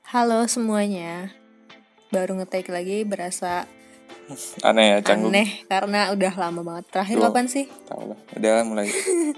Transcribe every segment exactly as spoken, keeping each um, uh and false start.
Halo semuanya, baru nge-take lagi berasa Aneh ya, canggung. aneh karena udah lama banget. Terakhir Duh, kapan sih? Tahu lah, udah mulai.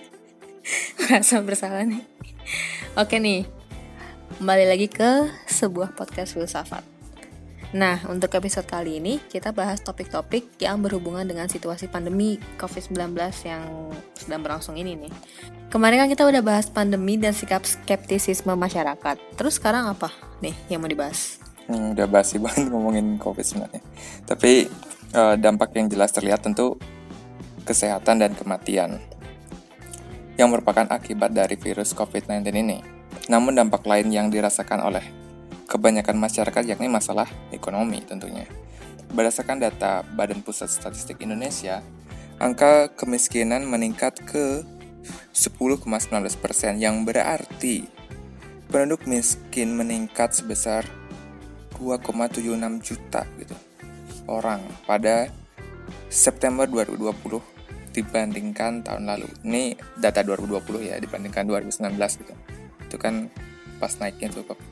Merasa bersalah nih. Oke nih, kembali lagi ke sebuah podcast filsafat. Nah, untuk episode kali ini kita bahas topik-topik yang berhubungan dengan situasi pandemi covid sembilan belas yang sedang berlangsung ini nih. Kemarin kan kita udah bahas pandemi dan sikap skeptisisme masyarakat. Terus sekarang apa nih yang mau dibahas? Hmm, udah basi banget ngomongin COVID sebenarnya. Tapi uh, dampak yang jelas terlihat tentu kesehatan dan kematian yang merupakan akibat dari virus covid sembilan belas ini. Namun dampak lain yang dirasakan oleh kebanyakan masyarakat yakni masalah ekonomi tentunya. Berdasarkan data Badan Pusat Statistik Indonesia, angka kemiskinan meningkat ke sepuluh koma satu sembilan persen yang berarti penduduk miskin meningkat sebesar dua koma tujuh enam juta gitu orang pada September dua ribu dua puluh dibandingkan tahun lalu. Ini data dua ribu dua puluh ya, dibandingkan dua ribu sembilan belas gitu. Itu kan pas naiknya tuh kok.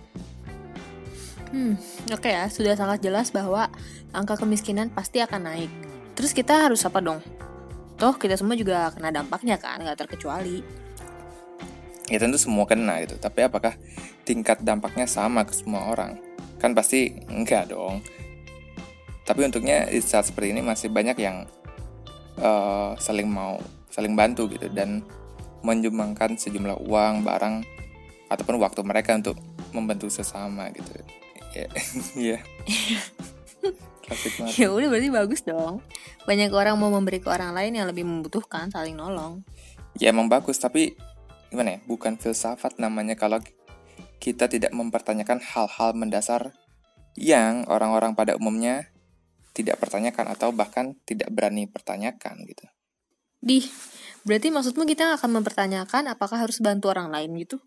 Hmm, oke ya, sudah sangat jelas bahwa angka kemiskinan pasti akan naik. Terus kita harus apa dong? Toh kita semua juga kena dampaknya kan, nggak terkecuali. Ya tentu semua kena gitu, tapi apakah tingkat dampaknya sama ke semua orang? Kan pasti enggak dong. Tapi untuknya di saat seperti ini masih banyak yang uh, saling mau, saling bantu gitu, dan menyumbangkan sejumlah uang, barang, ataupun waktu mereka untuk membantu sesama gitu. Iya. Klasik banget. Ya udah, berarti bagus dong. Banyak orang mau memberi ke orang lain yang lebih membutuhkan, saling nolong. Ya emang bagus, tapi gimana ya? Bukan filsafat namanya kalau kita tidak mempertanyakan hal-hal mendasar yang orang-orang pada umumnya tidak pertanyakan atau bahkan tidak berani pertanyakan gitu. Dih, berarti maksudmu kita akan mempertanyakan apakah harus bantu orang lain gitu?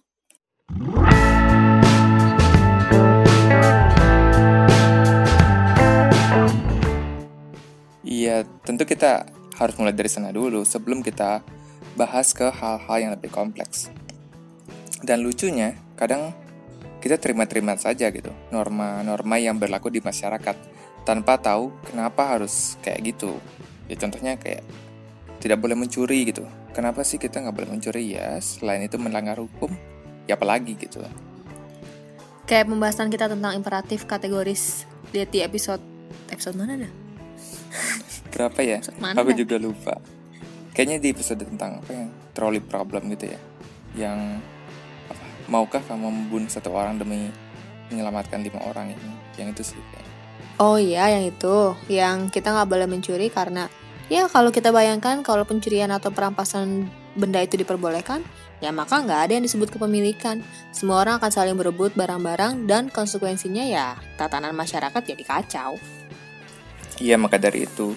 Iya, tentu kita harus mulai dari sana dulu sebelum kita bahas ke hal-hal yang lebih kompleks. Dan lucunya, kadang kita terima-terima saja gitu norma-norma yang berlaku di masyarakat tanpa tahu kenapa harus kayak gitu. Ya contohnya kayak tidak boleh mencuri gitu. Kenapa sih kita nggak boleh mencuri? Ya selain itu melanggar hukum, ya apalagi gitu. Kayak pembahasan kita tentang imperatif kategoris. Lihat di episode episode mana dah? Berapa ya? Mana Aku dah? juga lupa. Kayaknya di episode tentang apa yang trolley problem gitu ya. Yang apa? Maukah kamu membunuh satu orang demi menyelamatkan lima orang ini? Yang itu sih. Oh iya, yang itu, yang kita nggak boleh mencuri karena ya kalau kita bayangkan kalau pencurian atau perampasan benda itu diperbolehkan, ya maka nggak ada yang disebut kepemilikan. Semua orang akan saling berebut barang-barang dan konsekuensinya ya tatanan masyarakat jadi kacau. Iya, maka dari itu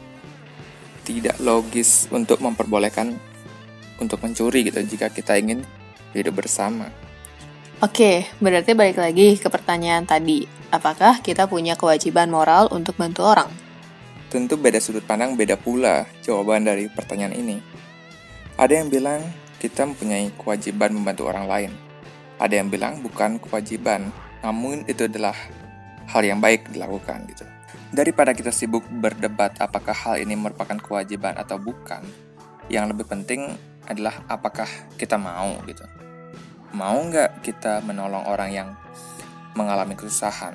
tidak logis untuk memperbolehkan untuk mencuri gitu jika kita ingin hidup bersama. Oke, berarti balik lagi ke pertanyaan tadi. Apakah kita punya kewajiban moral untuk bantu orang? Tentu beda sudut pandang, beda pula jawaban dari pertanyaan ini. Ada yang bilang kita mempunyai kewajiban membantu orang lain. Ada yang bilang bukan kewajiban, namun itu adalah hal yang baik dilakukan gitu. Daripada kita sibuk berdebat apakah hal ini merupakan kewajiban atau bukan, yang lebih penting adalah apakah kita mau gitu. Mau nggak kita menolong orang yang mengalami kesusahan?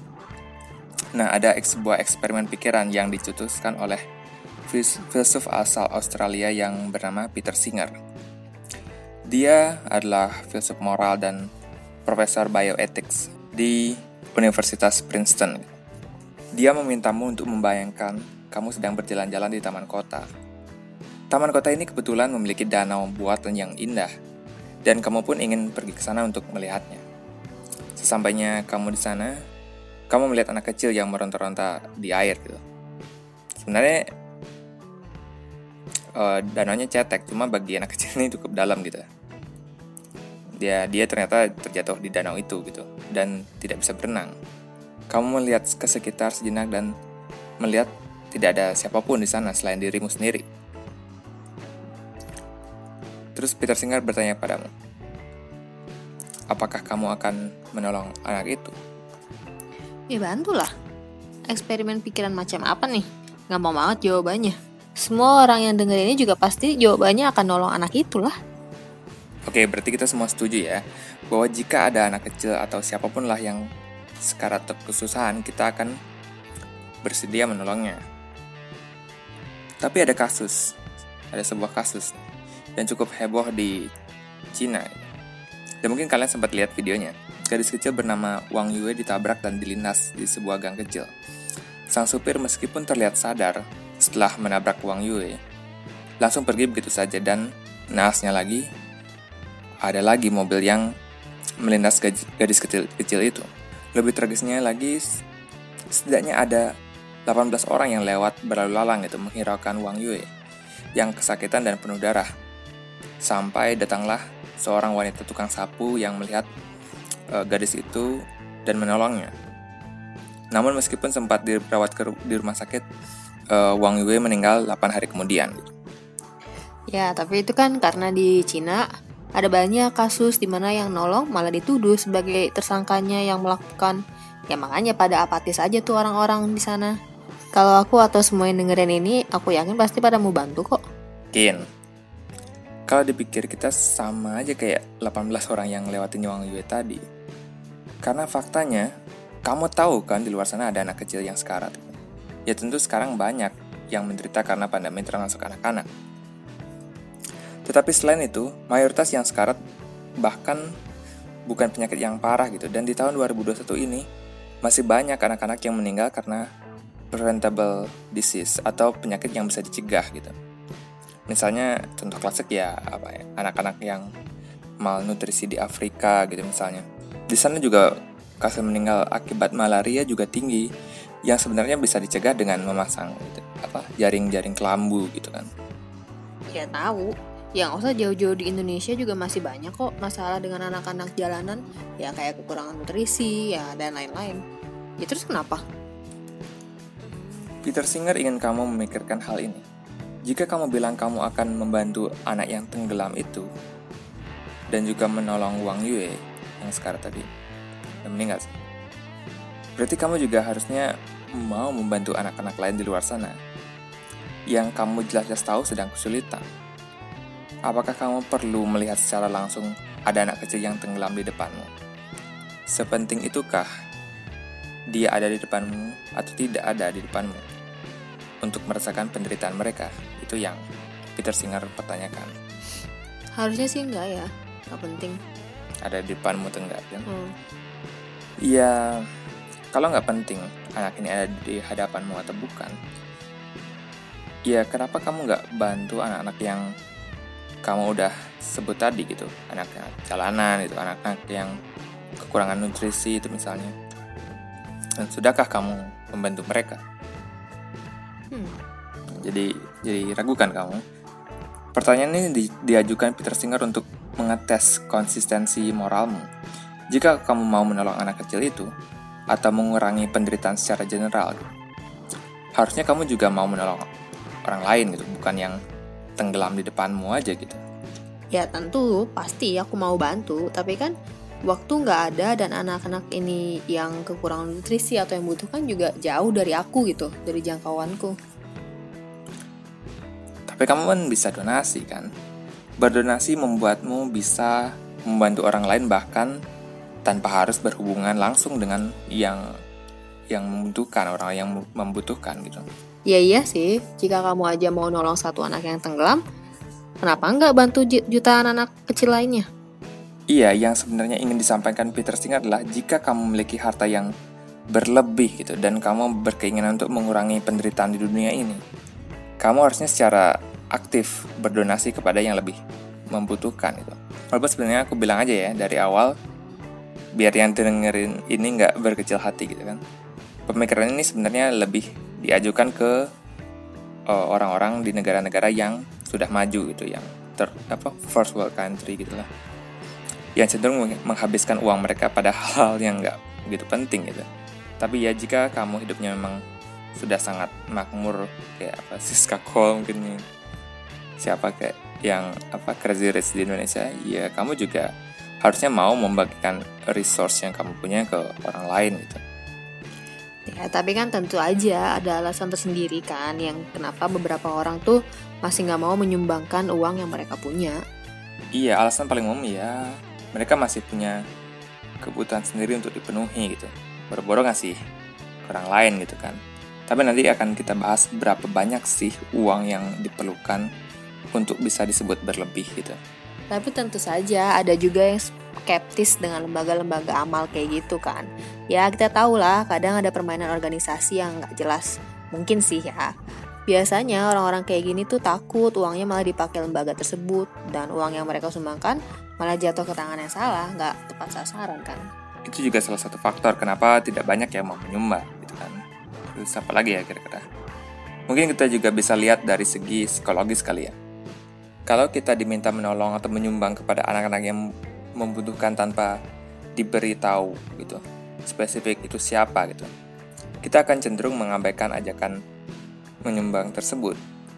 Nah, ada sebuah eksperimen pikiran yang dicetuskan oleh filsuf asal Australia yang bernama Peter Singer. Dia adalah filsuf moral dan profesor bioethics di Universitas Princeton. Dia memintamu untuk membayangkan kamu sedang berjalan-jalan di taman kota. Taman kota ini kebetulan memiliki danau buatan yang indah, dan kamu pun ingin pergi ke sana untuk melihatnya. Sesampainya kamu di sana, kamu melihat anak kecil yang meronta-ronta di air gitu. Sebenarnya uh, danaunya cetek, cuma bagi anak kecil ini cukup dalam gitu. Dia dia ternyata terjatuh di danau itu gitu dan tidak bisa berenang. Kamu melihat ke sekitar sejenak dan melihat tidak ada siapapun di sana selain dirimu sendiri. Terus Peter Singer bertanya padamu, apakah kamu akan menolong anak itu? Ya bantulah. Eksperimen pikiran macam apa nih? Gampang banget jawabannya. Semua orang yang denger ini juga pasti jawabannya akan nolong anak itulah. Oke, berarti kita semua setuju ya, bahwa jika ada anak kecil atau siapapun lah yang sekarat atau kesusahan, kita akan bersedia menolongnya. Tapi ada kasus, ada sebuah kasus yang cukup heboh di Cina. Dan mungkin kalian sempat lihat videonya. Gadis kecil bernama Wang Yue ditabrak dan dilindas di sebuah gang kecil. Sang supir meskipun terlihat sadar setelah menabrak Wang Yue, langsung pergi begitu saja, dan naasnya lagi, ada lagi mobil yang melindas gadis kecil, kecil itu. Lebih tragisnya lagi, setidaknya ada delapan belas orang yang lewat berlalu lalang itu menghiraukan Wang Yue yang kesakitan dan penuh darah. Sampai datanglah seorang wanita tukang sapu yang melihat uh, gadis itu dan menolongnya. Namun meskipun sempat dirawat ke, di rumah sakit, uh, Wang Yue meninggal delapan hari kemudian. Ya, tapi itu kan karena di Cina ada banyak kasus di mana yang nolong malah dituduh sebagai tersangkanya yang melakukan. Ya makanya pada apatis aja tuh orang-orang di sana. Kalau aku atau semua yang dengerin ini, aku yakin pasti pada mau bantu kok. Mungkin. Kalau dipikir kita sama aja kayak delapan belas orang yang lewatin Wang Yue tadi. Karena faktanya, kamu tahu kan di luar sana ada anak kecil yang sekarat. Ya tentu sekarang banyak yang menderita karena pandemi termasuk anak-anak. Tetapi selain itu, mayoritas yang sekarat bahkan bukan penyakit yang parah gitu. Dan di tahun dua ribu dua puluh satu ini, masih banyak anak-anak yang meninggal karena preventable disease atau penyakit yang bisa dicegah gitu. Misalnya contoh klasik ya apa ya, anak-anak yang malnutrisi di Afrika gitu misalnya. Di sana juga kasus meninggal akibat malaria juga tinggi, yang sebenarnya bisa dicegah dengan memasang gitu, apa jaring-jaring kelambu gitu kan. Ya tahu. Yang usah jauh-jauh di Indonesia juga masih banyak kok masalah dengan anak-anak jalanan, ya kayak kekurangan nutrisi ya dan lain-lain. Ya terus kenapa? Peter Singer ingin kamu memikirkan hal ini. Jika kamu bilang kamu akan membantu anak yang tenggelam itu dan juga menolong Wang Yue yang sekarang tadi yang meninggal, berarti kamu juga harusnya mau membantu anak-anak lain di luar sana yang kamu jelas-jelas tahu sedang kesulitan. Apakah kamu perlu melihat secara langsung ada anak kecil yang tenggelam di depanmu? Sepenting itukah dia ada di depanmu atau tidak ada di depanmu untuk merasakan penderitaan mereka? Itu yang Peter Singer pertanyakan. Harusnya sih enggak ya, enggak penting. Ada di depanmu atau enggak kan? Hmm. Ya, kalau nggak penting anak ini ada di hadapanmu atau bukan, ya kenapa kamu nggak bantu anak-anak yang kamu udah sebut tadi gitu, anak-anak jalanan itu, anak-anak yang kekurangan nutrisi itu misalnya. Dan sudahkah kamu membantu mereka? Hmm. Jadi jadi ragukan kamu. Pertanyaan ini di, diajukan Peter Singer untuk mengetes konsistensi moralmu. Jika kamu mau menolong anak kecil itu atau mengurangi penderitaan secara general, harusnya kamu juga mau menolong orang lain gitu, bukan yang tenggelam di depanmu aja gitu. Ya tentu pasti aku mau bantu, tapi kan waktu nggak ada dan anak-anak ini yang kekurangan nutrisi atau yang butuhkan juga jauh dari aku gitu, dari jangkauanku. Tapi kamu kan bisa donasi kan? Berdonasi membuatmu bisa membantu orang lain bahkan tanpa harus berhubungan langsung dengan yang yang membutuhkan, orang yang membutuhkan gitu. Ya iya sih, jika kamu aja mau nolong satu anak yang tenggelam, kenapa nggak bantu jutaan anak kecil lainnya? Iya, yang sebenarnya ingin disampaikan Peter Singer adalah jika kamu memiliki harta yang berlebih gitu dan kamu berkeinginan untuk mengurangi penderitaan di dunia ini, kamu harusnya secara aktif berdonasi kepada yang lebih membutuhkan gitu. Walaupun sebenarnya aku bilang aja ya dari awal, biar yang dengerin ini nggak berkecil hati gitu kan. Pemikiran ini sebenarnya lebih diajukan ke uh, orang-orang di negara-negara yang sudah maju gitu, yang ter, apa first world country gitulah, yang cenderung menghabiskan uang mereka pada hal yang nggak begitu penting gitu. Tapi ya jika kamu hidupnya memang sudah sangat makmur kayak apa Siska Cole mungkin siapa kayak yang apa Crazy Rich di Indonesia, ya kamu juga harusnya mau membagikan resource yang kamu punya ke orang lain gitu. Ya, tapi kan tentu aja ada alasan tersendiri kan yang kenapa beberapa orang tuh masih nggak mau menyumbangkan uang yang mereka punya. Iya, alasan paling umum ya mereka masih punya kebutuhan sendiri untuk dipenuhi gitu. Boro-boro ngasih ke orang lain gitu kan. Tapi nanti akan kita bahas berapa banyak sih uang yang diperlukan untuk bisa disebut berlebih gitu. Tapi tentu saja ada juga yang skeptis dengan lembaga-lembaga amal kayak gitu kan. Ya kita tahu lah kadang ada permainan organisasi yang gak jelas. Mungkin sih ya. Biasanya orang-orang kayak gini tuh takut uangnya malah dipakai lembaga tersebut. Dan uang yang mereka sumbangkan malah jatuh ke tangan yang salah, gak tepat sasaran kan. Itu juga salah satu faktor kenapa tidak banyak yang mau menyumbang gitu kan. Terus apa lagi ya kira-kira? Mungkin kita juga bisa lihat dari segi psikologis kali ya. Kalau kita diminta menolong atau menyumbang kepada anak-anak yang membutuhkan tanpa diberitahu gitu, spesifik itu siapa gitu, kita akan cenderung mengabaikan ajakan menyumbang tersebut.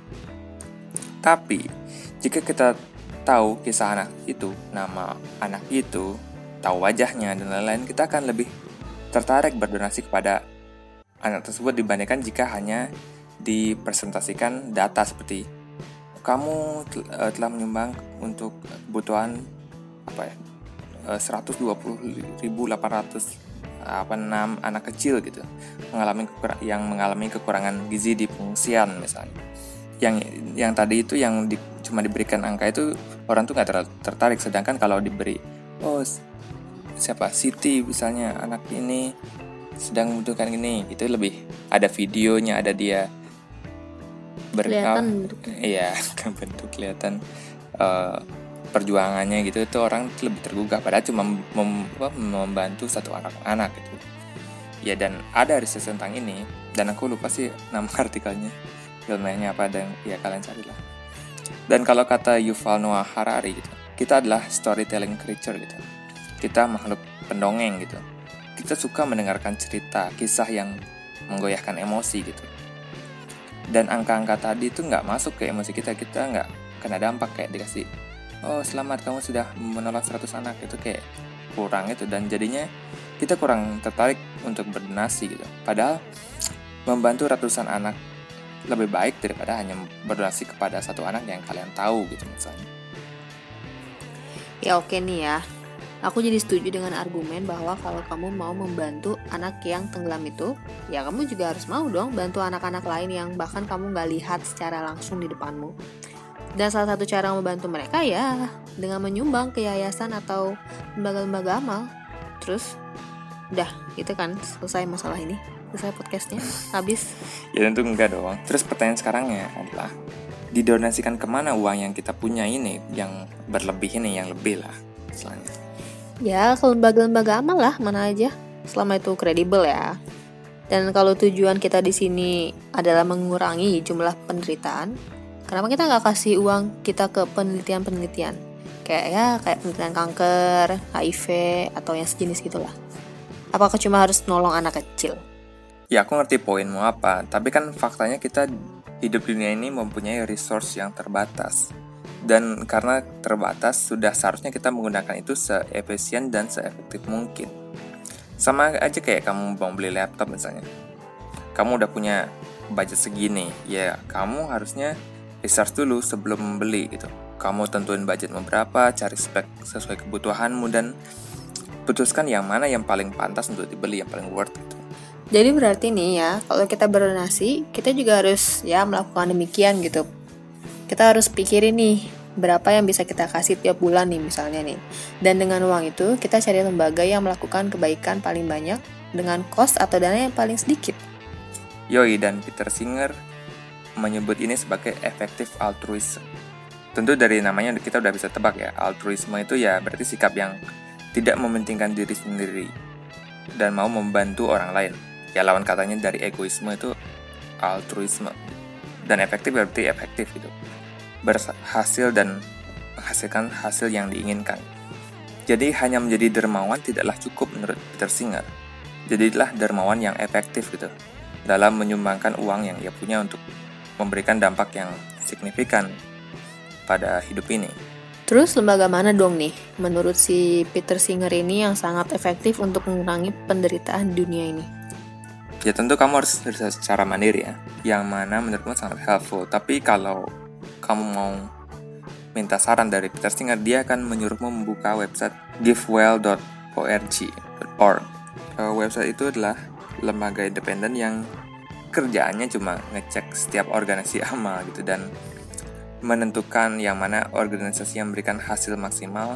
Tapi jika kita tahu kisah anak itu, nama anak itu, tahu wajahnya dan lain-lain, kita akan lebih tertarik berdonasi kepada anak tersebut dibandingkan jika hanya dipresentasikan data seperti kamu telah menyumbang untuk kebutuhan apa ya seratus dua puluh ribu delapan ratus enam anak kecil gitu mengalami kekur- yang mengalami kekurangan gizi di pengungsian misalnya. Yang yang tadi itu yang di, cuma diberikan angka itu orang tuh nggak ter- tertarik, sedangkan kalau diberi oh siapa Siti misalnya anak ini sedang membutuhkan ini, itu lebih ada videonya, ada dia kelihatan bentuk. Iya, bentuk kelihatan uh, perjuangannya gitu, itu orang lebih tergugah padahal cuma mem- membantu satu anak-anak gitu. Ya, dan ada riset tentang ini dan aku lupa sih nama artikelnya, ilmiahnya apa, dan ya kalian carilah. Dan kalau kata Yuval Noah Harari gitu, kita adalah storytelling creature gitu. Kita makhluk pendongeng gitu. Kita suka mendengarkan cerita, kisah yang menggoyahkan emosi gitu. Dan angka-angka tadi itu nggak masuk ke emosi kita, kita nggak kena dampak kayak dikasih, oh selamat kamu sudah menolak seratus anak, itu kayak kurang itu, dan jadinya kita kurang tertarik untuk berdonasi gitu. Padahal membantu ratusan anak lebih baik daripada hanya berdonasi kepada satu anak yang kalian tahu gitu misalnya. Ya oke nih ya, aku jadi setuju dengan argumen bahwa kalau kamu mau membantu anak yang tenggelam itu, ya kamu juga harus mau dong bantu anak-anak lain yang bahkan kamu gak lihat secara langsung di depanmu. Dan salah satu cara membantu mereka ya dengan menyumbang ke yayasan atau lembaga-lembaga amal. Terus, udah gitu kan selesai masalah ini, selesai podcastnya, habis. Ya tentu enggak dong. Terus pertanyaan sekarangnya adalah, didonasikan kemana uang yang kita punya ini, yang berlebih ini, yang lebih lah selanjutnya. Ya, ke lembaga-lembaga amal lah, mana aja, selama itu kredibel ya. Dan kalau tujuan kita di sini adalah mengurangi jumlah penderitaan, kenapa kita nggak kasih uang kita ke penelitian-penelitian? Kayak ya, kayak penelitian kanker, H I V, atau yang sejenis gitulah. Apakah cuma harus nolong anak kecil? Ya, aku ngerti poinmu apa, tapi kan faktanya kita hidup di dunia ini mempunyai resource yang terbatas. Dan karena terbatas, sudah seharusnya kita menggunakan itu se-efisien dan se-efektif mungkin. Sama aja kayak kamu mau beli laptop misalnya. Kamu udah punya budget segini, ya kamu harusnya research dulu sebelum membeli gitu. Kamu tentuin budgetmu berapa, cari spek sesuai kebutuhanmu, dan putuskan yang mana yang paling pantas untuk dibeli, yang paling worth gitu. Jadi berarti nih ya, kalau kita berdonasi, kita juga harus ya melakukan demikian gitu. Kita harus pikirin nih, berapa yang bisa kita kasih tiap bulan nih misalnya nih. Dan dengan uang itu, kita cari lembaga yang melakukan kebaikan paling banyak dengan cost atau dana yang paling sedikit. Yoi, dan Peter Singer menyebut ini sebagai effective altruism. Tentu dari namanya kita udah bisa tebak ya, altruisme itu ya berarti sikap yang tidak mementingkan diri sendiri dan mau membantu orang lain. Ya lawan katanya dari egoisme itu altruisme. Dan efektif berarti efektif gitu, berhasil dan menghasilkan hasil yang diinginkan. Jadi hanya menjadi dermawan tidaklah cukup menurut Peter Singer. Jadilah dermawan yang efektif gitu, dalam menyumbangkan uang yang ia punya untuk memberikan dampak yang signifikan pada hidup ini. Terus lembaga mana dong nih menurut si Peter Singer ini yang sangat efektif untuk mengurangi penderitaan di dunia ini? Ya tentu kamu harus riset secara mandiri ya, yang mana menurutmu sangat helpful. Tapi kalau kamu mau minta saran dari Peter Singer, dia akan menyuruhmu membuka website givewell dot org. Uh, website itu adalah lembaga independen yang kerjaannya cuma ngecek setiap organisasi amal gitu dan menentukan yang mana organisasi yang memberikan hasil maksimal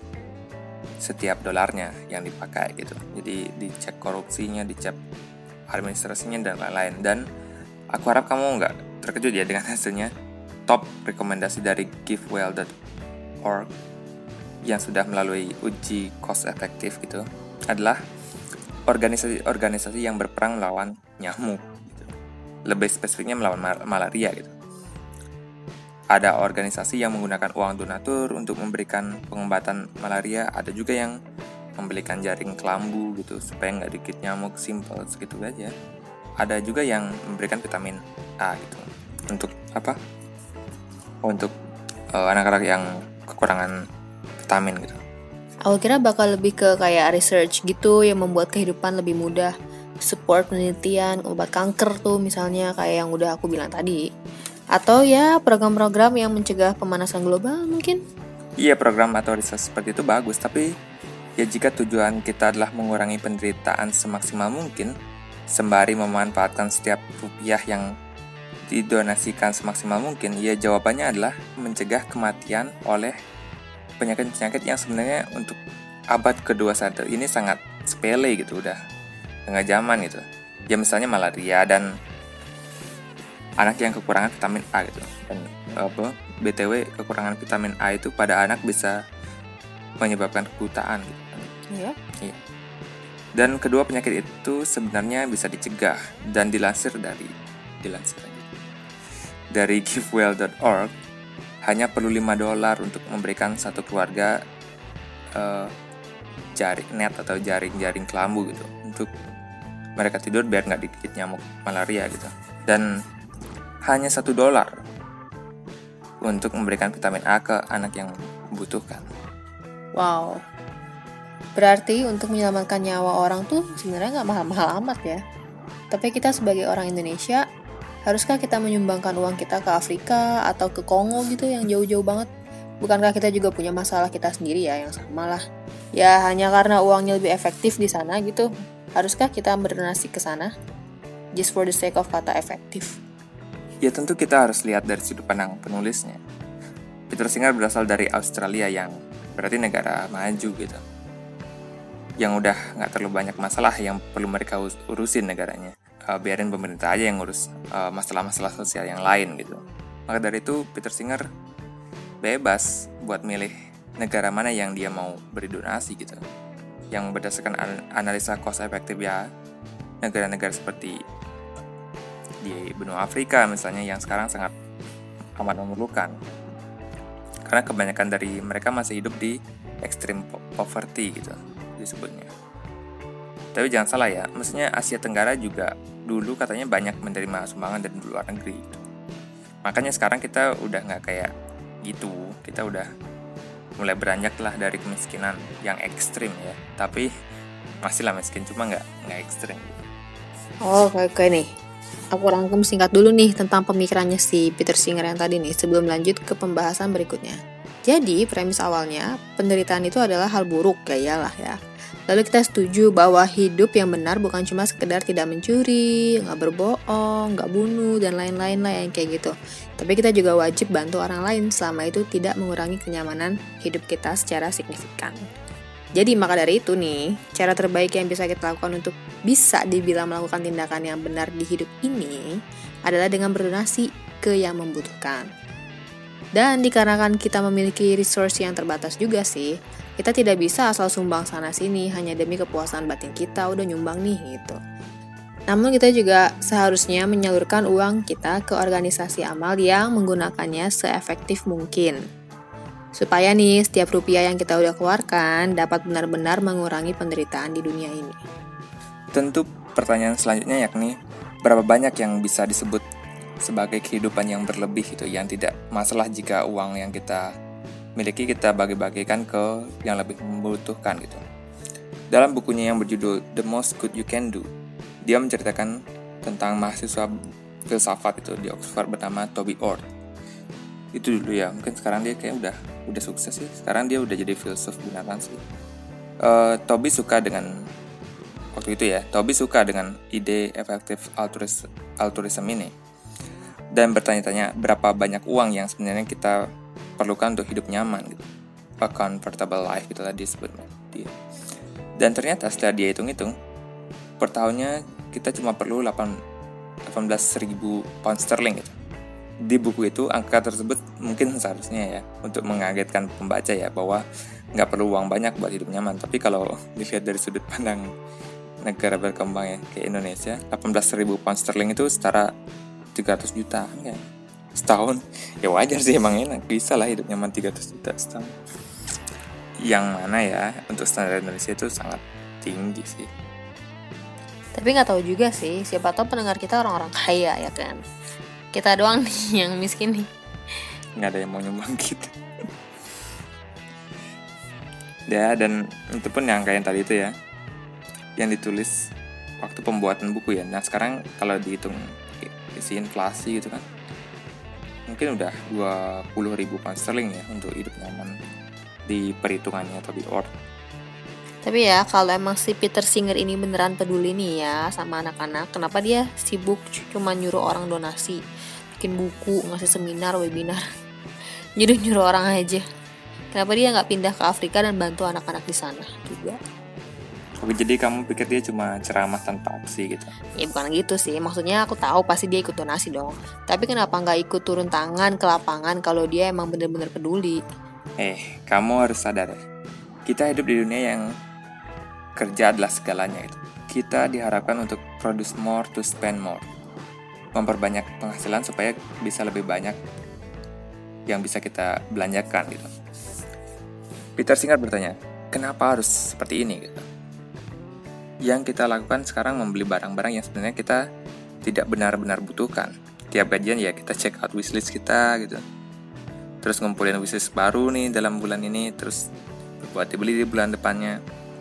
setiap dolarnya yang dipakai gitu. Jadi dicek korupsinya, dicek administrasinya dan lain-lain. Dan aku harap kamu nggak terkejut ya dengan hasilnya. Top rekomendasi dari givewell dot org yang sudah melalui uji cost efektif gitu adalah organisasi-organisasi yang berperang melawan nyamuk gitu. Lebih spesifiknya melawan mal- malaria gitu. Ada organisasi yang menggunakan uang donatur untuk memberikan pengobatan malaria. Ada juga yang membelikan jaring kelambu gitu supaya nggak dikit nyamuk, simple segitu aja. Ada juga yang memberikan vitamin A gitu untuk apa? Untuk uh, anak-anak yang kekurangan vitamin gitu. Aku kira bakal lebih ke kayak research gitu yang membuat kehidupan lebih mudah, support penelitian obat kanker tuh misalnya kayak yang udah aku bilang tadi. Atau ya program-program yang mencegah pemanasan global mungkin. Iya, program atau riset seperti itu bagus, tapi ya jika tujuan kita adalah mengurangi penderitaan semaksimal mungkin, sembari memanfaatkan setiap rupiah yang didonasikan semaksimal mungkin, ya jawabannya adalah mencegah kematian oleh penyakit-penyakit yang sebenarnya untuk abad kedua saat ini sangat sepele gitu, udah nggak zaman gitu. Ya misalnya malaria dan anak yang kekurangan vitamin A gitu. Dan apa? B T W kekurangan vitamin A itu pada anak bisa menyebabkan kebutaan gitu kan. Iya. Iya. Dan kedua penyakit itu sebenarnya bisa dicegah dan dilansir dari dilansir aja. Dari givewell dot org hanya perlu lima dolar untuk memberikan satu keluarga uh, jaring net atau jaring-jaring kelambu gitu untuk mereka tidur biar nggak digigit nyamuk malaria gitu. Dan hanya satu dolar untuk memberikan vitamin A ke anak yang membutuhkan. Wow. Berarti untuk menyelamatkan nyawa orang tuh sebenarnya nggak mahal-mahal amat ya. Tapi kita sebagai orang Indonesia, haruskah kita menyumbangkan uang kita ke Afrika atau ke Kongo gitu yang jauh-jauh banget? Bukankah kita juga punya masalah kita sendiri ya yang sama lah? Ya hanya karena uangnya lebih efektif di sana gitu. Haruskah kita berdonasi ke sana? Just for the sake of kata efektif. Ya tentu kita harus lihat dari sudut pandang penulisnya. Peter Singer berasal dari Australia yang berarti negara maju gitu, yang udah gak terlalu banyak masalah yang perlu mereka urusin negaranya. uh, Biarin pemerintah aja yang ngurus uh, masalah-masalah sosial yang lain gitu. Maka dari itu Peter Singer bebas buat milih negara mana yang dia mau beri donasi gitu, yang berdasarkan an- analisa cost efektif ya negara-negara seperti di benua Afrika misalnya yang sekarang sangat amat memerlukan, karena kebanyakan dari mereka masih hidup di extreme poverty gitu disebutnya. Tapi jangan salah ya, maksudnya Asia Tenggara juga dulu katanya banyak menerima sumbangan dari luar negeri gitu. Makanya sekarang kita udah nggak kayak gitu, kita udah mulai beranjak lah dari kemiskinan yang ekstrim ya, tapi masih lah miskin cuma nggak nggak ekstrim. Oh oke okay, nih. Aku rangkum singkat dulu nih tentang pemikirannya si Peter Singer yang tadi nih sebelum lanjut ke pembahasan berikutnya. Jadi premis awalnya penderitaan itu adalah hal buruk, ya iyalah ya. Lalu kita setuju bahwa hidup yang benar bukan cuma sekedar tidak mencuri, nggak berbohong, nggak bunuh dan lain-lain lah yang kayak gitu. Tapi kita juga wajib bantu orang lain selama itu tidak mengurangi kenyamanan hidup kita secara signifikan. Jadi maka dari itu nih, cara terbaik yang bisa kita lakukan untuk bisa dibilang melakukan tindakan yang benar di hidup ini adalah dengan berdonasi ke yang membutuhkan. Dan dikarenakan kita memiliki resource yang terbatas juga sih, kita tidak bisa asal sumbang sana sini hanya demi kepuasan batin kita udah nyumbang nih gitu. Namun kita juga seharusnya menyalurkan uang kita ke organisasi amal yang menggunakannya seefektif mungkin. Supaya nih setiap rupiah yang kita udah keluarkan dapat benar-benar mengurangi penderitaan di dunia ini. Tentu pertanyaan selanjutnya yakni berapa banyak yang bisa disebut sebagai kehidupan yang berlebih gitu, yang tidak masalah jika uang yang kita miliki kita bagi-bagikan ke yang lebih membutuhkan gitu. Dalam bukunya yang berjudul The Most Good You Can Do, dia menceritakan tentang mahasiswa filsafat itu di Oxford bernama Toby Ord. Itu dulu ya, mungkin sekarang dia kayak udah udah sukses sih. Sekarang dia udah jadi filsuf beneran sih. Uh, Toby suka dengan waktu itu ya, Toby suka dengan ide efektif altruis, altruism ini dan bertanya-tanya berapa banyak uang yang sebenarnya kita perlukan untuk hidup nyaman gitu. A comfortable life gitu tadi sebutnya dia. Dan ternyata setelah dia hitung-hitung, per tahunnya kita cuma perlu delapan belas ribu pound sterling gitu. Di buku itu angka tersebut mungkin seharusnya ya untuk mengagetkan pembaca ya, bahwa nggak perlu uang banyak buat hidup nyaman. Tapi kalau dilihat dari sudut pandang negara berkembang ya kayak Indonesia, delapan belas ribu pound sterling itu setara tiga ratus juta ya setahun. Ya wajar sih, emang enak, bisa lah hidup nyaman tiga ratus juta setahun. Yang mana ya untuk standar Indonesia itu sangat tinggi sih. Tapi nggak tahu juga sih, siapa tahu pendengar kita orang-orang kaya ya kan. Kita doang nih yang miskin nih. Nggak ada yang mau nyumbang kita. Ya, dan itu pun yang kayak tadi itu ya, yang ditulis waktu pembuatan buku ya. Nah sekarang kalau dihitung isi inflasi gitu kan, mungkin udah dua puluh ribu pound sterling ya untuk hidup nyaman di perhitungannya Toby Ord. Tapi ya kalau emang si Peter Singer ini beneran peduli nih ya sama anak-anak, kenapa dia sibuk cuma nyuruh orang donasi, bikin buku, ngasih seminar, webinar, nyuruh-nyuruh orang aja. Kenapa dia nggak pindah ke Afrika dan bantu anak-anak di sana juga? Oke, jadi kamu pikir dia cuma ceramah tanpa aksi gitu? Ya bukan gitu sih, maksudnya aku tahu pasti dia ikut donasi dong. Tapi kenapa nggak ikut turun tangan ke lapangan kalau dia emang bener-bener peduli? Eh, kamu harus sadar ya, kita hidup di dunia yang kerja adalah segalanya itu. Kita diharapkan untuk produce more to spend more, memperbanyak penghasilan supaya bisa lebih banyak yang bisa kita belanjakan gitu. Peter Singer bertanya, kenapa harus seperti ini gitu? Yang kita lakukan sekarang membeli barang-barang yang sebenarnya kita tidak benar-benar butuhkan. Tiap gajian ya kita check out wishlist kita gitu. Terus ngumpulin wishlist baru nih dalam bulan ini, terus buat dibeli di bulan depannya.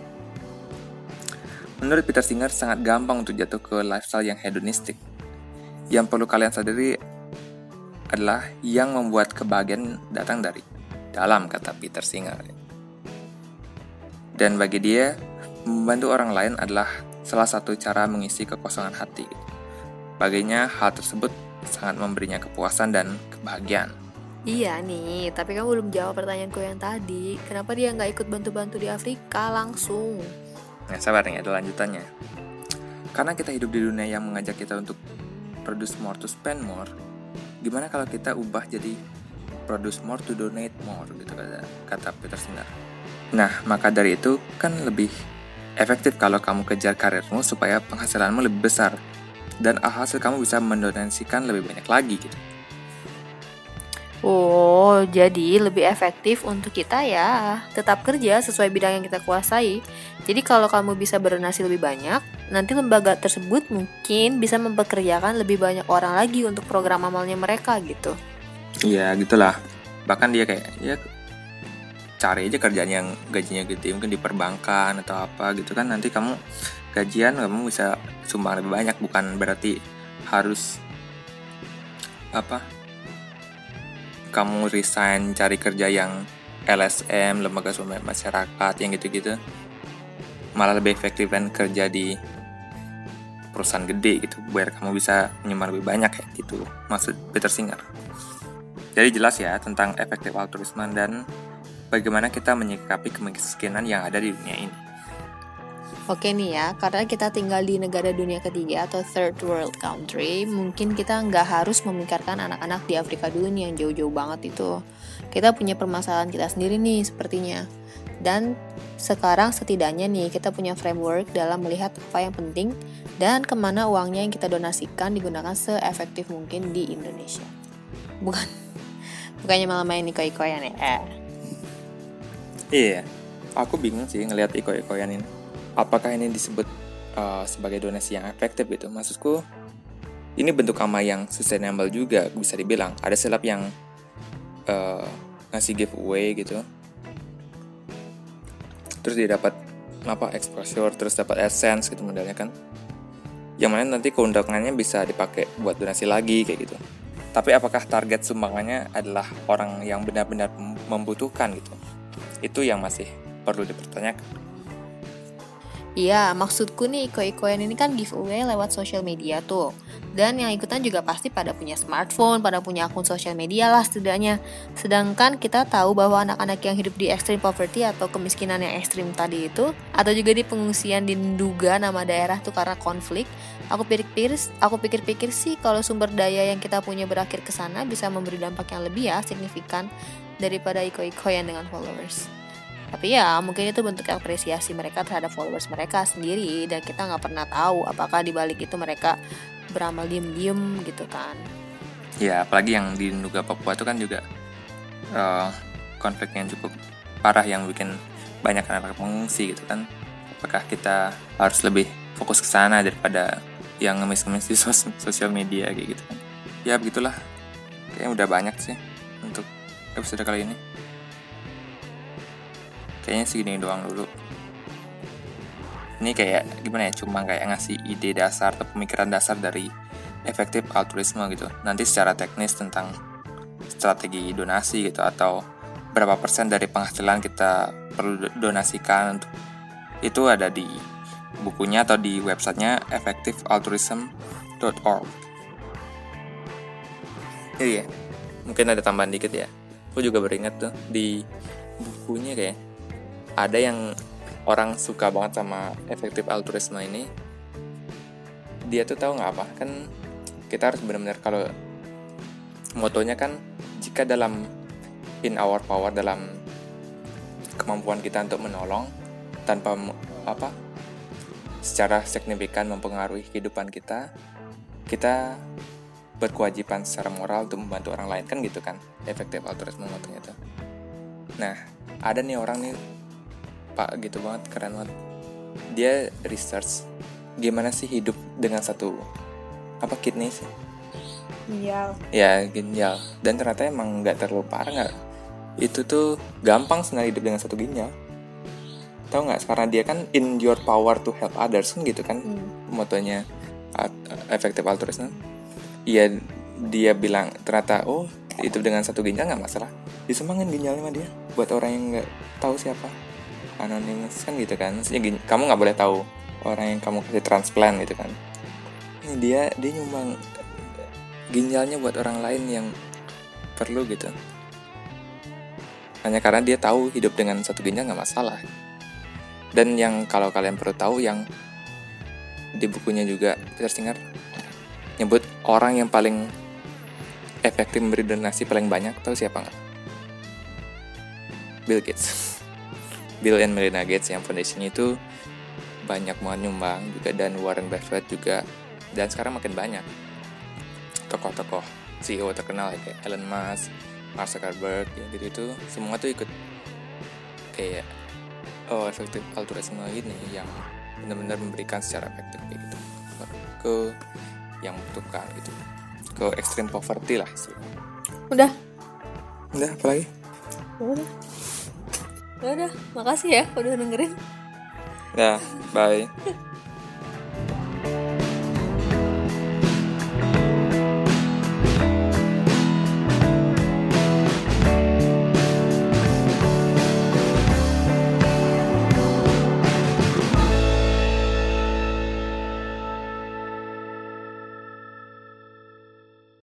Menurut Peter Singer sangat gampang untuk jatuh ke lifestyle yang hedonistik. Yang perlu kalian sadari adalah yang membuat kebahagiaan datang dari dalam, kata Peter Singer. Dan bagi dia, membantu orang lain adalah salah satu cara mengisi kekosongan hati. Baginya hal tersebut sangat memberinya kepuasan dan kebahagiaan. Iya nih, tapi kamu belum jawab pertanyaanku yang tadi. Kenapa dia nggak ikut bantu-bantu di Afrika langsung? Nah, sabar nih, ada lanjutannya. Karena kita hidup di dunia yang mengajak kita untuk produce more to spend more, gimana kalau kita ubah jadi produce more to donate more gitu, kata, kata Peter Singer. Nah, maka dari itu kan lebih efektif kalau kamu kejar karirmu supaya penghasilanmu lebih besar dan alhasil kamu bisa mendonasikan lebih banyak lagi gitu. Oh, jadi lebih efektif untuk kita ya tetap kerja sesuai bidang yang kita kuasai. Jadi kalau kamu bisa berdonasi lebih banyak, nanti lembaga tersebut mungkin bisa mempekerjakan lebih banyak orang lagi untuk program amalnya mereka gitu. Iya, gitulah. Bahkan dia kayak ya cari aja kerjaan yang gajinya gede, mungkin di perbankan atau apa gitu kan. Nanti kamu gajian kamu bisa sumbang lebih banyak, bukan berarti harus apa? Kamu resign cari kerja yang L S M, lembaga sumber masyarakat, yang gitu-gitu. Malah lebih efektif kan kerja di perusahaan gede gitu, biar kamu bisa menyumbang lebih banyak kayak gitu, maksud Peter Singer. Jadi jelas ya tentang efektif altruisme dan bagaimana kita menyikapi kemiskinan yang ada di dunia ini. Oke nih ya, karena kita tinggal di negara dunia ketiga atau third world country, mungkin kita nggak harus memikirkan anak-anak di Afrika dulu nih yang jauh-jauh banget itu. Kita punya permasalahan kita sendiri nih sepertinya. Dan sekarang setidaknya nih kita punya framework dalam melihat apa yang penting dan kemana uangnya yang kita donasikan digunakan se-efektif mungkin di Indonesia. Bukan, bukannya malah main iko-ikoyan ya. Iya, aku bingung sih ngelihat iko-ikoyan ini. Apakah ini disebut uh, sebagai donasi yang efektif gitu? Maksudku, ini bentuk amal yang sustainable juga bisa dibilang. Ada silap yang uh, ngasih giveaway gitu, terus dia dapat apa exposure, terus dapat AdSense gitu modelnya kan, yang mana nanti keundangannya bisa dipakai buat donasi lagi kayak gitu. Tapi apakah target sumbangannya adalah orang yang benar-benar membutuhkan gitu? Itu yang masih perlu dipertanyakan. Iya, maksudku nih iko-ikoyan ini kan giveaway lewat social media tuh. Dan yang ikutan juga pasti pada punya smartphone, pada punya akun sosial media lah setidaknya. Sedangkan kita tahu bahwa anak-anak yang hidup di extreme poverty atau kemiskinan yang ekstrim tadi itu, atau juga di pengungsian di Nduga nama daerah tuh karena konflik, aku pikir-pikir, aku pikir-pikir sih kalau sumber daya yang kita punya berakhir ke sana bisa memberi dampak yang lebih ya signifikan daripada iko-ikoyan dengan followers. Tapi ya mungkin itu bentuk apresiasi mereka terhadap followers mereka sendiri, dan kita nggak pernah tahu apakah di balik itu mereka beramal diem-diem gitu kan. Ya apalagi yang di Nduga Papua itu kan juga uh, konfliknya cukup parah yang bikin banyak anak-anak pengungsi gitu kan. Apakah kita harus lebih fokus ke sana daripada yang ngemis-ngemis di sos- sosial media kayak gitu kan. Ya begitulah, kayaknya udah banyak sih untuk episode kali ini. Kayaknya segini doang dulu. Ini kayak gimana ya, cuma kayak ngasih ide dasar atau pemikiran dasar dari efektif altruisme gitu. Nanti secara teknis tentang strategi donasi gitu, atau berapa persen dari penghasilan kita perlu donasikan untuk itu ada di bukunya atau di websitenya effective altruism dot org. Jadi ya, mungkin ada tambahan dikit ya. Aku juga beringat tuh di bukunya kayak ada yang orang suka banget sama efektif altruisme ini. Dia tuh tahu nggak apa, kan kita harus benar-benar, kalau motonya kan jika dalam in our power, dalam kemampuan kita untuk menolong tanpa apa secara signifikan mempengaruhi kehidupan kita, kita berkewajiban secara moral untuk membantu orang lain, kan gitu kan efektif altruisme motonya tuh. Nah ada nih orang nih Pak gitu banget, keren banget. Dia research gimana sih hidup dengan satu apa kidney sih? Ginjal. Ya ginjal. Dan ternyata emang nggak terlalu parah nggak? Itu tuh gampang sebenarnya hidup dengan satu ginjal. Tahu nggak? Karena dia kan in your power to help others kan gitu kan, hmm. motonya efektif altruisme. Iya, dia bilang ternyata oh hidup dengan satu ginjal nggak masalah. Disumbangin ginjalnya sama dia buat orang yang nggak tahu siapa. Anonymous kan gitu kan, maksudnya gini, kamu nggak boleh tahu orang yang kamu kasih transplant gitu kan. Ini dia dia nyumbang ginjalnya buat orang lain yang perlu gitu, hanya karena dia tahu hidup dengan satu ginjal nggak masalah. Dan yang kalau kalian perlu tahu, yang di bukunya juga Peter Singer nyebut orang yang paling efektif memberi donasi paling banyak, tahu siapa nggak? Bill Gates. Bill and Melinda Gates yang foundation itu banyak banget nyumbang juga, dan Warren Buffett juga, dan sekarang makin banyak tokoh-tokoh C E O terkenal kayak Elon Musk, Mark Zuckerberg, ya gitu itu semua tuh ikut kayak oh efektif altruisme ini yang benar-benar memberikan secara efektif kayak gitu ke yang membutuhkan gitu, ke extreme poverty lah istilahnya. Udah. Udah apa lagi? Udah. Udah, makasih ya udah dengerin. Ya, bye.